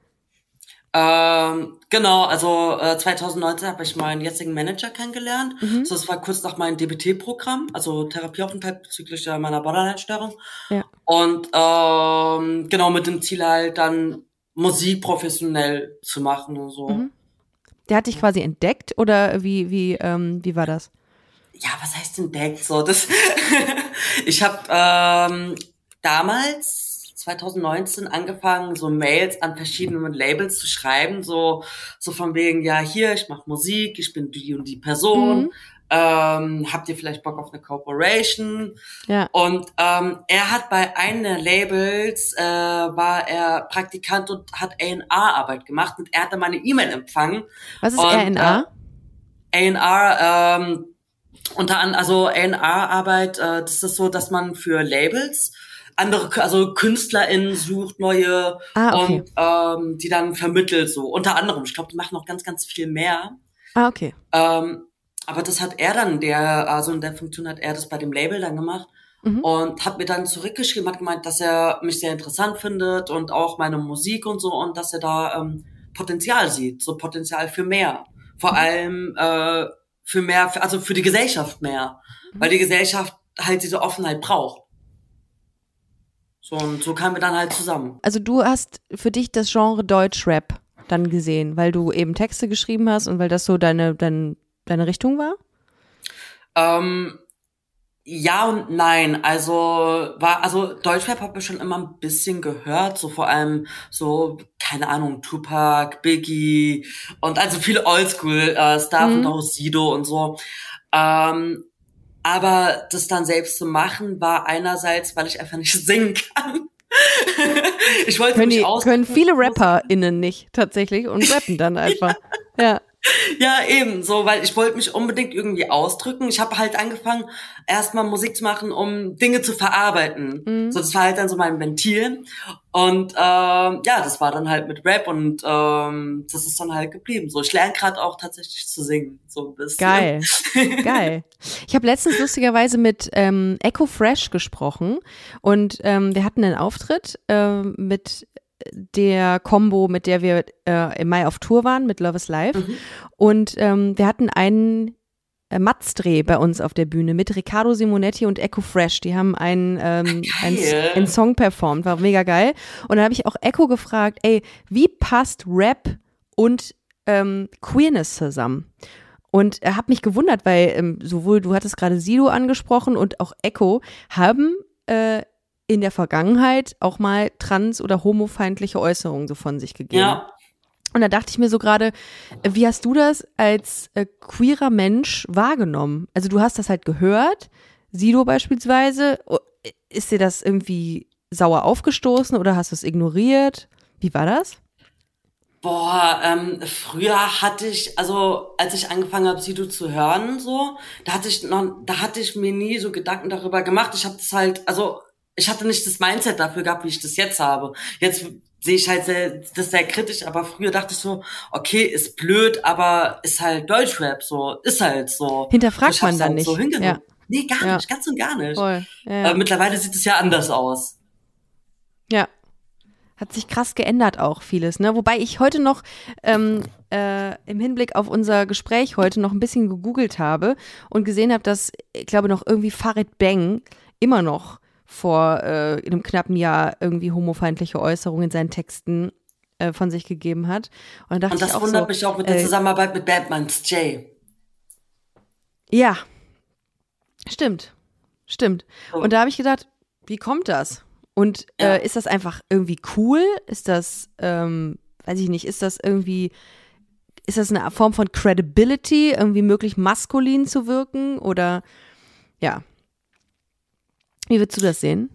Ähm, genau, also äh, zwanzig neunzehn habe ich meinen jetzigen Manager kennengelernt. Mhm. So, das war kurz nach meinem D B T-Programm, also Therapieaufenthalt bezüglich äh, meiner Borderline-Störung. Ja. Und ähm, genau mit dem Ziel halt dann Musik professionell zu machen und so. Mhm. Der hat dich quasi entdeckt oder wie, wie, ähm, wie war das? Ja, was heißt entdeckt? So, das ich habe ähm, damals zwanzig neunzehn angefangen, so Mails an verschiedene Labels zu schreiben, so so von wegen, ja, hier, ich mache Musik, ich bin die und die Person, Mhm. ähm, habt ihr vielleicht Bock auf eine Corporation? Ja. Und ähm, er hat bei einem der Labels, äh, war er Praktikant und hat A und R-Arbeit gemacht und er hat dann meine E-Mail empfangen. Was ist Und, R N A? Äh, A und R, ähm, unter anderem, also A und R-Arbeit, äh, das ist so, dass man für Labels andere, also KünstlerInnen sucht, neue Ah, okay. und ähm, die dann vermittelt, so unter anderem. Ich glaube, die machen noch ganz, ganz viel mehr. Ah, okay. Ähm, aber das hat er dann, der, also in der Funktion hat er das bei dem Label dann gemacht Mhm. und hat mir dann zurückgeschrieben, hat gemeint, dass er mich sehr interessant findet und auch meine Musik und so und dass er da ähm, Potenzial sieht, so Potenzial für mehr. Vor allem äh, für mehr, für, also für die Gesellschaft mehr, weil die Gesellschaft halt diese Offenheit braucht. So, und so kamen wir dann halt zusammen. Also du hast für dich das Genre Deutschrap dann gesehen, weil du eben Texte geschrieben hast und weil das so deine, deine, deine Richtung war? Ähm, ja und nein. Also war, also Deutschrap habe ich schon immer ein bisschen gehört, so vor allem so, keine Ahnung, Tupac, Biggie und also viel Oldschool, äh, Stuff Mhm. und auch Sido und so. Ähm, aber das dann selbst zu machen, war einerseits, weil ich einfach nicht singen kann. Ich wollte Können, mich die, aus können viele RapperInnen nicht tatsächlich und rappen dann einfach. Ja. Ja, eben, so, weil ich wollte mich unbedingt irgendwie ausdrücken. Ich habe halt angefangen, erstmal Musik zu machen, um Dinge zu verarbeiten. Mhm. So, das war halt dann so mein Ventil. Und ähm, ja, das war dann halt mit Rap und ähm, das ist dann halt geblieben. So, ich lerne gerade auch tatsächlich zu singen, so ein bisschen. Geil, geil. Ich habe letztens lustigerweise mit ähm, Echo Fresh gesprochen und ähm, wir hatten einen Auftritt ähm, mit der Combo, mit der wir äh, im Mai auf Tour waren, mit Love is Live. Mhm. Und ähm, wir hatten einen äh, Matzdreh bei uns auf der Bühne mit Riccardo Simonetti und Echo Fresh. Die haben einen, ähm, einen, Geil. einen Song performt, war mega geil. Und dann habe ich auch Echo gefragt, ey, wie passt Rap und ähm, Queerness zusammen? Und er hat mich gewundert, weil ähm, sowohl, du hattest gerade Sido angesprochen und auch Echo haben äh, in der Vergangenheit auch mal trans- oder homofeindliche Äußerungen so von sich gegeben. Ja. Und da dachte ich mir so gerade, äh, wie hast du das als äh, queerer Mensch wahrgenommen? Also du hast das halt gehört, Sido beispielsweise. O- Ist dir das irgendwie sauer aufgestoßen oder hast du es ignoriert? Wie war das? Boah, ähm, früher hatte ich, also als ich angefangen habe, Sido zu hören, so, da hatte ich noch, da hatte ich mir nie so Gedanken darüber gemacht. Ich habe das halt, also ich hatte nicht das Mindset dafür gehabt, wie ich das jetzt habe. Jetzt sehe ich halt sehr, das sehr kritisch, aber früher dachte ich so, okay, ist blöd, aber ist halt Deutschrap, so, ist halt so. Hinterfragt So, ich hab's man dann halt nicht. So hingenommen. Ja. Nee, gar Ja. nicht, ganz und gar nicht. Voll. Ja, Äh, mittlerweile sieht es ja anders aus. Hat sich krass geändert auch vieles, ne? Wobei ich heute noch ähm, äh, im Hinblick auf unser Gespräch heute noch ein bisschen gegoogelt habe und gesehen habe, dass, ich glaube, noch irgendwie Farid Bang immer noch vor äh, einem knappen Jahr irgendwie homofeindliche Äußerungen in seinen Texten äh, von sich gegeben hat. Und, dann dachte und das ich auch wundert so, mich auch mit äh, der Zusammenarbeit mit Badman's Jay. Ja, stimmt, stimmt. So. Und da habe ich gedacht, wie kommt das? Und Ja. äh, ist das einfach irgendwie cool? Ist das, ähm, weiß ich nicht, ist das irgendwie, ist das eine Form von Credibility, irgendwie möglich maskulin zu wirken? Oder, ja. Wie würdest du das sehen?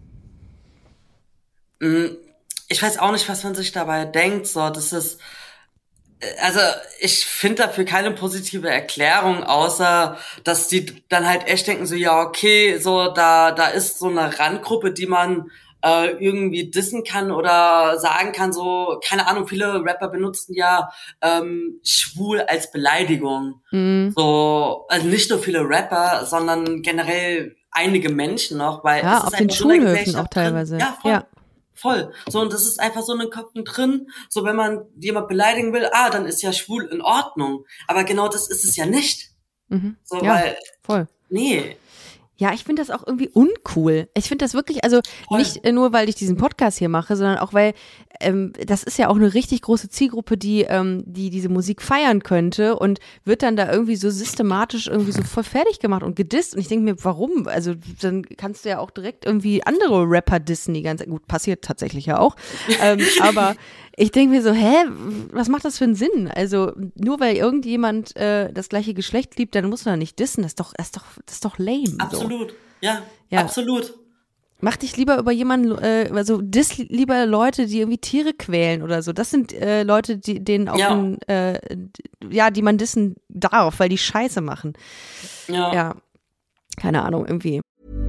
Ich weiß auch nicht, was man sich dabei denkt. So, das ist, also ich finde dafür keine positive Erklärung, außer dass die dann halt echt denken so, ja okay, so da da ist so eine Randgruppe, die man äh, irgendwie dissen kann oder sagen kann, so keine Ahnung. Viele Rapper benutzen ja ähm, schwul als Beleidigung. Mhm. So, also nicht nur viele Rapper, sondern generell einige Menschen noch, weil Ja, es ist auf den einfach so in der Schulhöfen Gesellschaft auch teilweise. Drin. Ja, voll. Ja. Voll. So, und das ist einfach so in den Köpfen drin. So, wenn man jemand beleidigen will, ah, dann ist ja schwul in Ordnung. Aber genau das ist es ja nicht. Mhm. So, Ja, weil, voll. nee. Ja, ich finde das auch irgendwie uncool. Ich finde das wirklich, also Voll. nicht äh, nur, weil ich diesen Podcast hier mache, sondern auch, weil ähm, das ist ja auch eine richtig große Zielgruppe, die, ähm, die diese Musik feiern könnte und wird dann da irgendwie so systematisch irgendwie so voll fertig gemacht und gedisst. Und ich denke mir, warum? Also dann kannst du ja auch direkt irgendwie andere Rapper dissen, die ganze gut, passiert tatsächlich ja auch. ähm, aber ich denke mir so, hä, was macht das für einen Sinn? Also nur weil irgendjemand äh, das gleiche Geschlecht liebt, dann muss man da nicht dissen. Das ist doch, das ist doch, das ist doch lame. So. Absolut. Ja, Ja. absolut. Mach dich lieber über jemanden, äh, also diss lieber Leute, die irgendwie Tiere quälen oder so. Das sind äh, Leute, die denen auch Ja. ein, äh, ja, die man dissen darf, weil die Scheiße machen. Ja. Ja, keine Ahnung, irgendwie.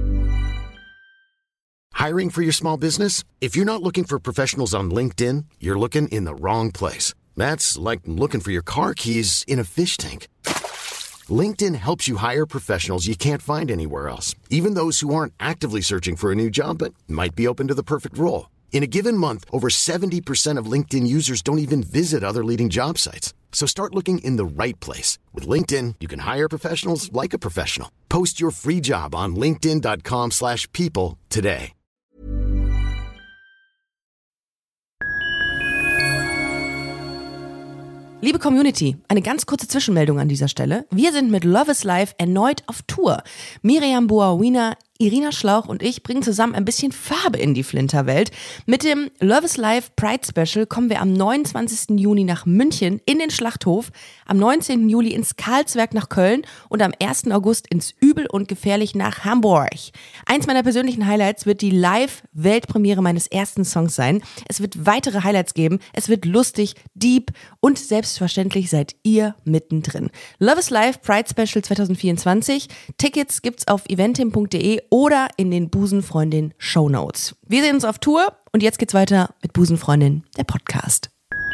Hiring for your small business? If you're not looking for professionals on LinkedIn, you're looking in the wrong place. That's like looking for your car keys in a fish tank. LinkedIn helps you hire professionals you can't find anywhere else, even those who aren't actively searching for a new job but might be open to the perfect role. In a given month, over seventy percent of LinkedIn users don't even visit other leading job sites. So start looking in the right place. With LinkedIn, you can hire professionals like a professional. Post your free job on linkedin dot com slash people today. Liebe Community, eine ganz kurze Zwischenmeldung an dieser Stelle. Wir sind mit Love is Life erneut auf Tour. Miriam Boa-Wiener, Irina Schlauch und ich bringen zusammen ein bisschen Farbe in die Flinterwelt. Mit dem Love is Life Pride Special kommen wir am neunundzwanzigsten Juni nach München in den Schlachthof, am neunzehnten Juli ins Karlswerk nach Köln und am ersten August ins Übel und Gefährlich nach Hamburg. Eins meiner persönlichen Highlights wird die Live-Weltpremiere meines ersten Songs sein. Es wird weitere Highlights geben. Es wird lustig, deep und selbstverständlich seid ihr mittendrin. Love is Life Pride Special zwanzig vierundzwanzig. Tickets gibt's auf eventim punkt de oder in den Busenfreundin Shownotes. Wir sehen uns auf Tour und jetzt geht's weiter mit Busenfreundin, der Podcast.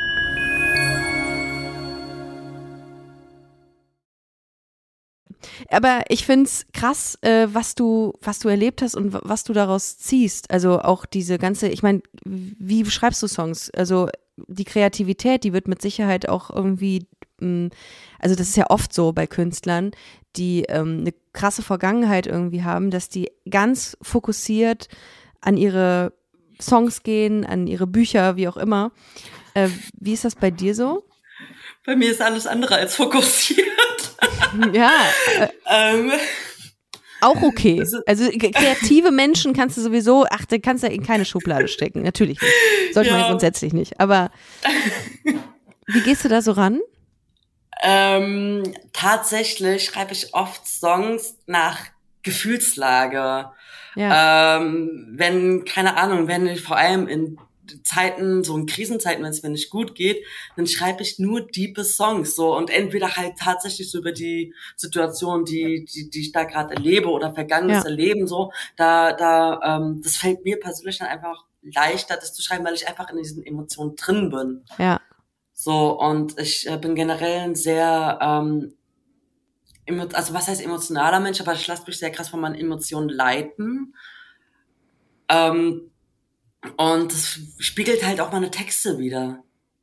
Aber ich find's krass, äh, was du, was du erlebt hast und w- was du daraus ziehst. Also auch diese ganze, ich meine, wie schreibst du Songs? Also die Kreativität, die wird mit Sicherheit auch irgendwie, mh, also das ist ja oft so bei Künstlern, die ähm, eine krasse Vergangenheit irgendwie haben, dass die ganz fokussiert an ihre Songs gehen, an ihre Bücher, wie auch immer. Äh, wie ist das bei dir so? Bei mir ist alles andere als fokussiert. Ja, äh, ähm, auch okay. Also k- kreative Menschen kannst du sowieso, ach, den kannst du in keine Schublade stecken. Natürlich nicht. Sollte man Ja. grundsätzlich nicht. Aber wie gehst du da so ran? Ähm, tatsächlich schreibe ich oft Songs nach Gefühlslage. Ja. Ähm, wenn, keine Ahnung, wenn ich vor allem in Zeiten, so in Krisenzeiten, wenn es mir nicht gut geht, dann schreibe ich nur diepe Songs, so, und entweder halt tatsächlich so über die Situation, die, die, die ich da gerade erlebe oder vergangenes Ja. Erleben, so, da, da, ähm, das fällt mir persönlich dann einfach leichter, das zu schreiben, weil ich einfach in diesen Emotionen drin bin. Ja. So, und ich äh, bin generell ein sehr, ähm, emo- also was heißt emotionaler Mensch, aber ich lasse mich sehr krass von meinen Emotionen leiten. Ähm, Und das spiegelt halt auch meine Texte wieder.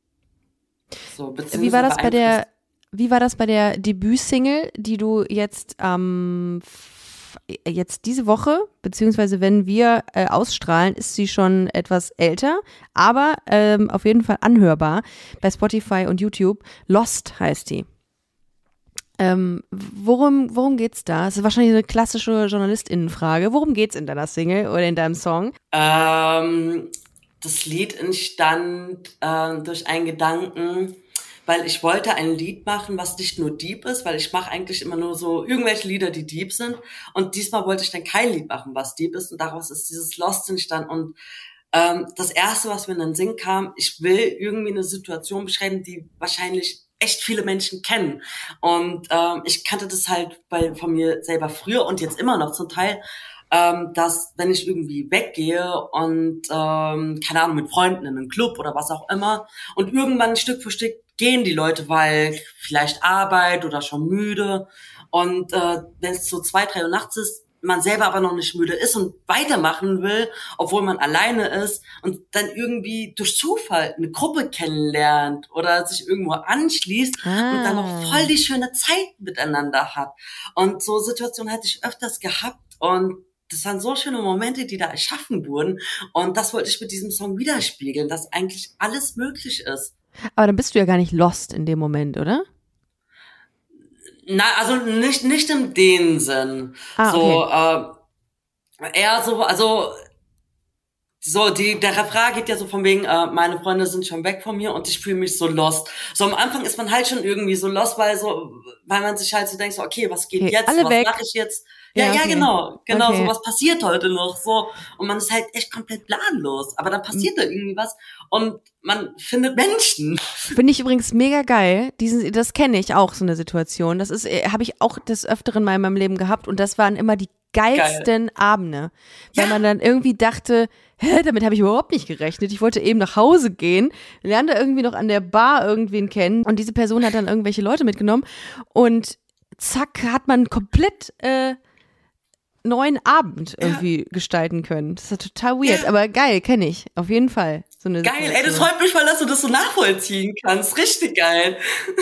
So, Wie war das bei der, wie war das bei der Debütsingle, die du jetzt ähm, f- jetzt diese Woche, beziehungsweise wenn wir äh, ausstrahlen, ist sie schon etwas älter, aber ähm, auf jeden Fall anhörbar bei Spotify und YouTube. Lost heißt die. Ähm, worum, worum geht's da? Das ist wahrscheinlich eine klassische JournalistInnenfrage. Worum geht's in deiner Single oder in deinem Song? Ähm, das Lied entstand äh, durch einen Gedanken, weil ich wollte ein Lied machen, was nicht nur deep ist, weil ich mache eigentlich immer nur so irgendwelche Lieder, die deep sind. Und diesmal wollte ich dann kein Lied machen, was deep ist. Und daraus ist dieses Lost entstanden. Und ähm, das Erste, was mir in den Sinn kam, ich will irgendwie eine Situation beschreiben, die wahrscheinlich echt viele Menschen kennen. Und ähm, ich kannte das halt bei, von mir selber früher und jetzt immer noch zum Teil, ähm, dass wenn ich irgendwie weggehe und, ähm, keine Ahnung, mit Freunden in einen Club oder was auch immer und irgendwann Stück für Stück gehen die Leute, weil vielleicht Arbeit oder schon müde und äh, wenn es so zwei, drei Uhr nachts ist, man selber aber noch nicht müde ist und weitermachen will, obwohl man alleine ist und dann irgendwie durch Zufall eine Gruppe kennenlernt oder sich irgendwo anschließt Ah. und dann noch voll die schöne Zeit miteinander hat. Und so Situationen hatte ich öfters gehabt und das waren so schöne Momente, die da erschaffen wurden und das wollte ich mit diesem Song widerspiegeln, dass eigentlich alles möglich ist. Aber dann bist du ja gar nicht lost in dem Moment, oder? Na, also nicht nicht in dem Sinn. Ah, so äh, eher so, also so die der Refrain geht ja so von wegen, äh, meine Freunde sind schon weg von mir und ich fühle mich so lost. So am Anfang ist man halt schon irgendwie so lost, weil so weil man sich halt so denkt, so okay, was geht Okay, jetzt? alle Was weg. mache ich jetzt? Ja, Ja, ja, okay. genau, genau, Okay. so was passiert heute noch, so und man ist halt echt komplett planlos, aber dann passiert da irgendwie was und man findet Menschen. Finde ich übrigens mega geil. Diesen, das kenne ich auch, so eine Situation. Das ist, äh, habe ich auch des Öfteren mal in meinem Leben gehabt und das waren immer die geilsten Abende. Weil Ja. man dann irgendwie dachte, hä, damit habe ich überhaupt nicht gerechnet. Ich wollte eben nach Hause gehen, lernte irgendwie noch an der Bar irgendwen kennen und diese Person hat dann irgendwelche Leute mitgenommen und zack, hat man komplett äh, neuen Abend irgendwie gestalten können. Das ist ja total weird, Ja. aber geil, kenne ich. Auf jeden Fall. So eine Geil, ey, das Situation. freut mich voll, dass du das so nachvollziehen kannst. Richtig geil.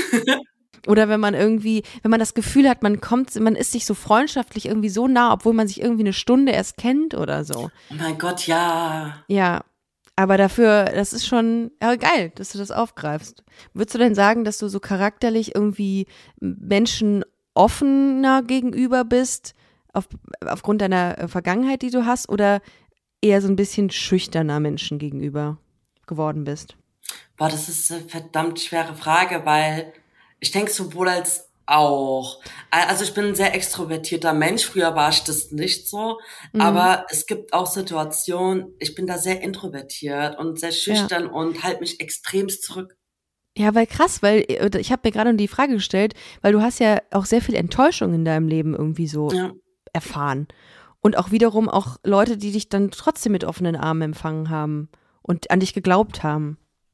Oder wenn man irgendwie, wenn man das Gefühl hat, man kommt, man ist sich so freundschaftlich irgendwie so nah, obwohl man sich irgendwie eine Stunde erst kennt oder so. Oh mein Gott, ja. Ja, aber dafür, das ist schon ja, geil, dass du das aufgreifst. Würdest du denn sagen, dass du so charakterlich irgendwie Menschen offener gegenüber bist, auf, aufgrund deiner äh, Vergangenheit, die du hast, oder eher so ein bisschen schüchterner Menschen gegenüber geworden bist? Boah, das ist eine verdammt schwere Frage, weil ich denke sowohl als auch. Also ich bin ein sehr extrovertierter Mensch. Früher war ich das nicht so. Mhm. Aber es gibt auch Situationen, ich bin da sehr introvertiert und sehr schüchtern und halte mich extremst zurück. Ja, weil krass, weil äh, ich habe mir gerade die Frage gestellt, weil du hast ja auch sehr viel Enttäuschung in deinem Leben irgendwie so Ja. erfahren. Und auch wiederum auch Leute, die dich dann trotzdem mit offenen Armen empfangen haben und an dich geglaubt haben.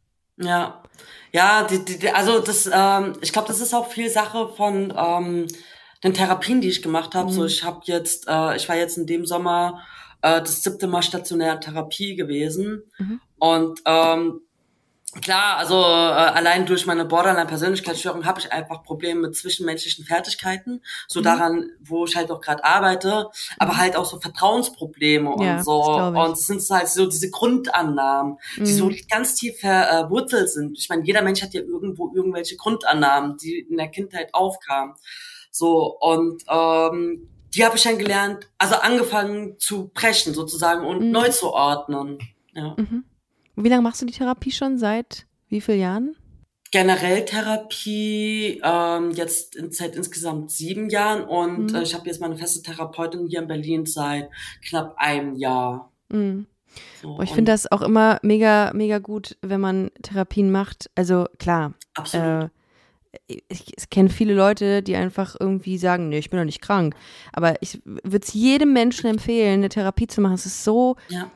Ja, ja, die, die, die, also das, ähm, ich glaube, das ist auch viel Sache von ähm, den Therapien, die ich gemacht habe. Mhm. So, ich habe jetzt, äh, ich war jetzt in dem Sommer äh, das siebte Mal stationär Therapie gewesen Mhm. und ähm, klar, also äh, allein durch meine Borderline-Persönlichkeitsstörung habe ich einfach Probleme mit zwischenmenschlichen Fertigkeiten, so Mhm. daran, wo ich halt auch gerade arbeite, aber halt auch so Vertrauensprobleme und Ja, so. das glaub ich. Und es sind halt so diese Grundannahmen, die so Mhm. ganz tief verwurzelt sind. Ich meine, jeder Mensch hat ja irgendwo irgendwelche Grundannahmen, die in der Kindheit aufkamen. So, und ähm, die habe ich dann gelernt, also angefangen zu brechen sozusagen und Mhm. neu zu ordnen. Ja. Mhm. Wie lange machst du die Therapie schon? Seit wie vielen Jahren? Generell Therapie ähm, jetzt in, seit insgesamt sieben Jahren und Mhm. äh, ich habe jetzt meine feste Therapeutin hier in Berlin seit knapp einem Jahr. Mhm. So, Boah, ich und finde das auch immer mega, mega gut, wenn man Therapien macht. Also klar, absolut. äh, ich, ich kenne viele Leute, die einfach irgendwie sagen, nee, ich bin doch nicht krank. Aber ich würde es jedem Menschen empfehlen, eine Therapie zu machen. Es ist so Ja,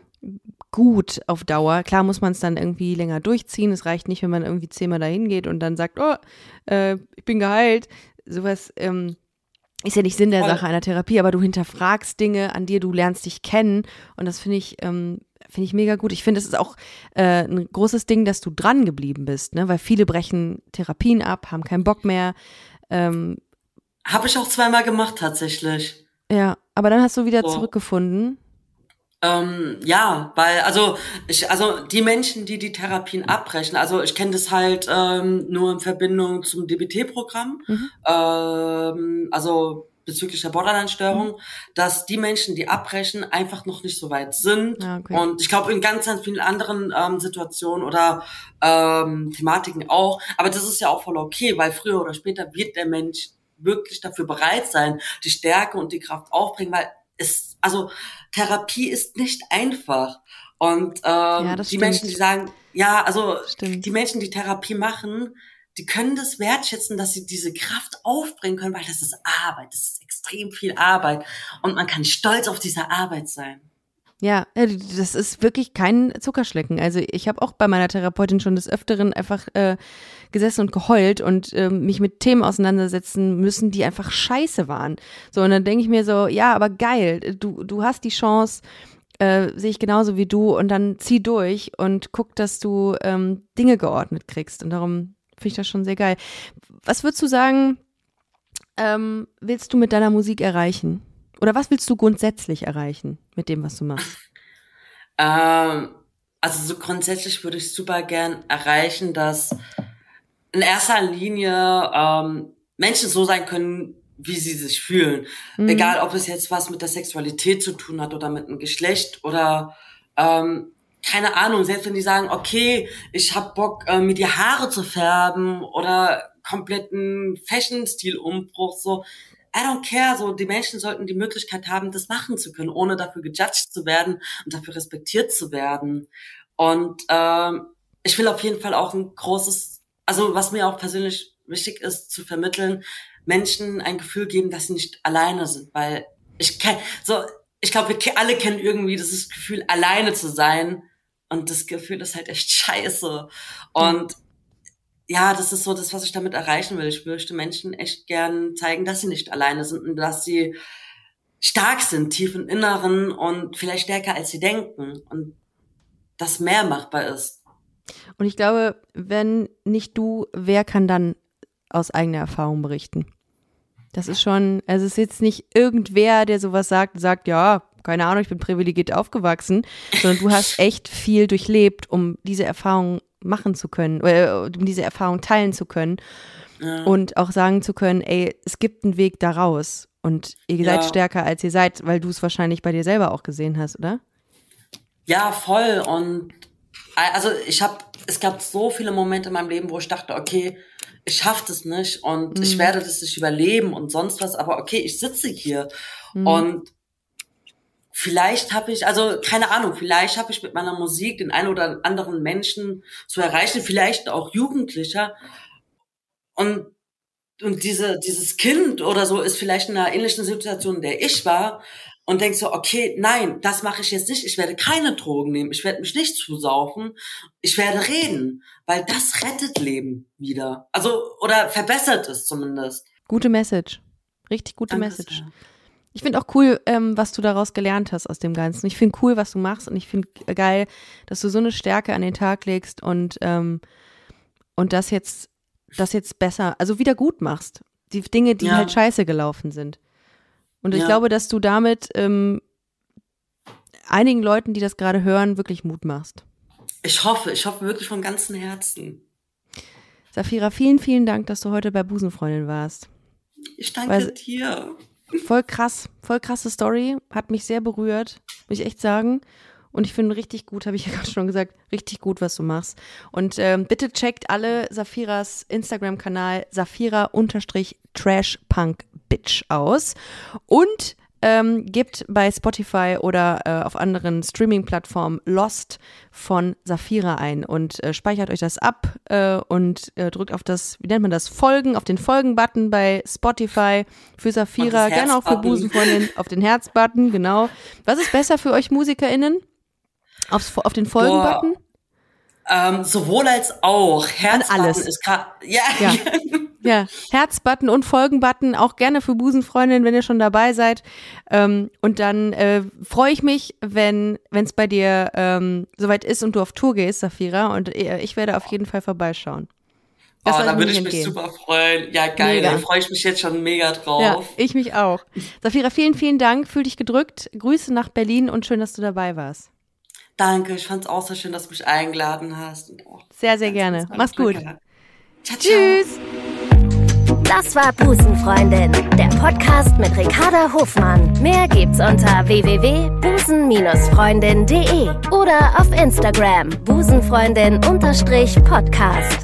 gut auf Dauer. Klar muss man es dann irgendwie länger durchziehen. Es reicht nicht, wenn man irgendwie zehnmal dahin geht und dann sagt, oh, äh, ich bin geheilt. Sowas ähm, ist ja nicht Sinn der Voll. Sache einer Therapie, aber du hinterfragst Dinge an dir, du lernst dich kennen und das finde ich, ähm, finde ich mega gut. Ich finde, es ist auch äh, ein großes Ding, dass du dran geblieben bist, ne? Weil viele brechen Therapien ab, haben keinen Bock mehr. Ähm, Habe ich auch zweimal gemacht, tatsächlich. ja, aber dann hast du wieder So. zurückgefunden. Ähm, ja, weil, also, ich, also, die Menschen, die die Therapien abbrechen, also, ich kenne das halt, ähm, nur in Verbindung zum D B T-Programm, Mhm. ähm, also, bezüglich der Borderline-Störung, Mhm. dass die Menschen, die abbrechen, einfach noch nicht so weit sind. Ja, okay. Und ich glaube, in ganz, ganz vielen anderen, ähm, Situationen oder, ähm, Thematiken auch. Aber das ist ja auch voll okay, weil früher oder später wird der Mensch wirklich dafür bereit sein, die Stärke und die Kraft aufbringen, weil es, also Therapie ist nicht einfach. Und ähm, Ja, das die stimmt. Menschen, die sagen, ja, also Stimmt. die Menschen, die Therapie machen, die können das wertschätzen, dass sie diese Kraft aufbringen können, weil das ist Arbeit, das ist extrem viel Arbeit. Und man kann stolz auf diese Arbeit sein. Ja, äh, das ist wirklich kein Zuckerschlecken. Also ich habe auch bei meiner Therapeutin schon des Öfteren einfach äh, gesessen und geheult und äh, mich mit Themen auseinandersetzen müssen, die einfach scheiße waren. So, und dann denke ich mir so, ja, aber geil, du, du hast die Chance, äh, sehe ich genauso wie du, und dann zieh durch und guck, dass du ähm, Dinge geordnet kriegst. Und darum finde ich das schon sehr geil. Was würdest du sagen, ähm, willst du mit deiner Musik erreichen? Oder was willst du grundsätzlich erreichen mit dem, was du machst? Ähm, also so grundsätzlich würde ich super gern erreichen, dass in erster Linie ähm, Menschen so sein können, wie sie sich fühlen. Mhm. Egal, ob es jetzt was mit der Sexualität zu tun hat oder mit einem Geschlecht oder ähm, keine Ahnung, selbst wenn die sagen, okay, ich hab Bock, äh, mir die Haare zu färben oder kompletten Fashion-Stil-Umbruch, so, I don't care, so, die Menschen sollten die Möglichkeit haben, das machen zu können, ohne dafür gejudged zu werden und dafür respektiert zu werden. Und ähm, ich will auf jeden Fall auch ein großes, also was mir auch persönlich wichtig ist, zu vermitteln, Menschen ein Gefühl geben, dass sie nicht alleine sind, weil ich kenn, so, ich glaube, wir alle kennen irgendwie dieses Gefühl, alleine zu sein, und das Gefühl ist halt echt scheiße. Und ja, das ist so das, was ich damit erreichen will. Ich möchte Menschen echt gern zeigen, dass sie nicht alleine sind und dass sie stark sind, tief im Inneren und vielleicht stärker, als sie denken, und dass mehr machbar ist. Und ich glaube, wenn nicht du, wer kann dann aus eigener Erfahrung berichten? Das ist schon, also es ist jetzt nicht irgendwer, der sowas sagt, sagt, ja, keine Ahnung, ich bin privilegiert aufgewachsen, sondern du hast echt viel durchlebt, um diese Erfahrung machen zu können, oder um diese Erfahrung teilen zu können, Ja. und auch sagen zu können, ey, es gibt einen Weg da raus und ihr Ja. seid stärker, als ihr seid, weil du es wahrscheinlich bei dir selber auch gesehen hast, oder? Ja, voll. Und also ich habe, es gab so viele Momente in meinem Leben, wo ich dachte, okay, ich schaff das nicht und Mhm. ich werde das nicht überleben und sonst was, aber okay, ich sitze hier Mhm. und vielleicht habe ich, also keine Ahnung, vielleicht habe ich mit meiner Musik den einen oder anderen Menschen zu erreichen, vielleicht auch Jugendlicher, und und diese dieses Kind oder so ist vielleicht in einer ähnlichen Situation, in der ich war, und denkt so, okay, nein, das mache ich jetzt nicht, ich werde keine Drogen nehmen, ich werde mich nicht zusaufen, ich werde reden, weil das rettet Leben wieder. Also, oder verbessert es zumindest. Gute Message. Richtig gute Danke Message. sehr. Ich finde auch cool, ähm, was du daraus gelernt hast aus dem Ganzen. Ich finde cool, was du machst, und ich finde geil, dass du so eine Stärke an den Tag legst und, ähm, und das jetzt, das jetzt besser, also wieder gut machst. Die Dinge, die Ja. halt scheiße gelaufen sind. Und ich Ja. glaube, dass du damit ähm, einigen Leuten, die das gerade hören, wirklich Mut machst. Ich hoffe, ich hoffe wirklich von ganzem Herzen. Safira, vielen, vielen Dank, dass du heute bei Busenfreundin warst. Ich danke Weil- dir. Voll krass, voll krasse Story, hat mich sehr berührt, muss ich echt sagen. Und ich finde richtig gut, habe ich ja gerade schon gesagt, richtig gut, was du machst. Und ähm, bitte checkt alle Safiras Instagram-Kanal Safira-Trashpunkbitch aus und ähm, gebt bei Spotify oder äh, auf anderen Streaming-Plattformen Lost von Safira ein und äh, speichert euch das ab äh, und äh, drückt auf das, wie nennt man das, Folgen, auf den Folgen-Button bei Spotify für Safira, Auf das gerne auch für Herz-Button. Busenfreundin, auf den Herz-Button, genau. Was ist besser für euch MusikerInnen? Aufs, auf den Folgen-Button? Ähm, sowohl als auch. Herzbutton alles. ist gerade, ja, Ja. Ja, Herzbutton und Folgenbutton, auch gerne für Busenfreundin, wenn ihr schon dabei seid. Ähm, und dann äh, freue ich mich, wenn es bei dir ähm, soweit ist und du auf Tour gehst, Safira. Und äh, ich werde auf jeden Fall vorbeischauen. Das oh, da würde ich mich entgehen. super freuen. Ja, geil, da freue ich mich jetzt schon mega drauf. Ja, ich mich auch. Safira, vielen, vielen Dank. Fühl dich gedrückt. Grüße nach Berlin und schön, dass du dabei warst. Danke, ich fand es auch so schön, dass du mich eingeladen hast. Und auch sehr, sehr gerne. Mach's gut. Ciao, ciao. Tschüss. Das war Busenfreundin, der Podcast mit Ricarda Hofmann. Mehr gibt's unter w w w punkt busen freundin punkt de oder auf Instagram busenfreundin-podcast.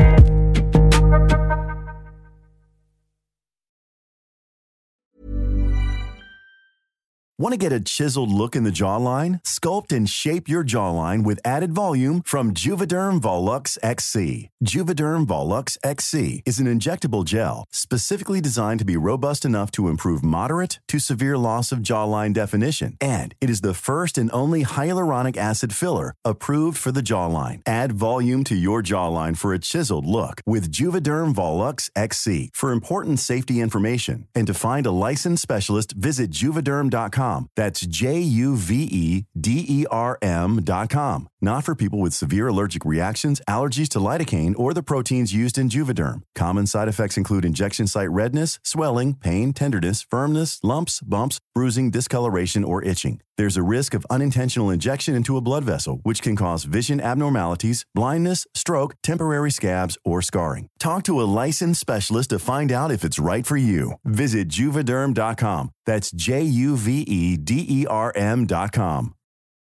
Want to get a chiseled look in the jawline? Sculpt and shape your jawline with added volume from Juvederm Volux X C. Juvederm Volux X C is an injectable gel specifically designed to be robust enough to improve moderate to severe loss of jawline definition. And it is the first and only hyaluronic acid filler approved for the jawline. Add volume to your jawline for a chiseled look with Juvederm Volux X C. For important safety information and to find a licensed specialist, visit juvederm dot com. That's J U V E D E R M dot com. Not for people with severe allergic reactions, allergies to lidocaine, or the proteins used in Juvederm. Common side effects include injection site redness, swelling, pain, tenderness, firmness, lumps, bumps, bruising, discoloration, or itching. There's a risk of unintentional injection into a blood vessel, which can cause vision abnormalities, blindness, stroke, temporary scabs, or scarring. Talk to a licensed specialist to find out if it's right for you. Visit Juvederm dot com. That's J U V E D E R M dot com.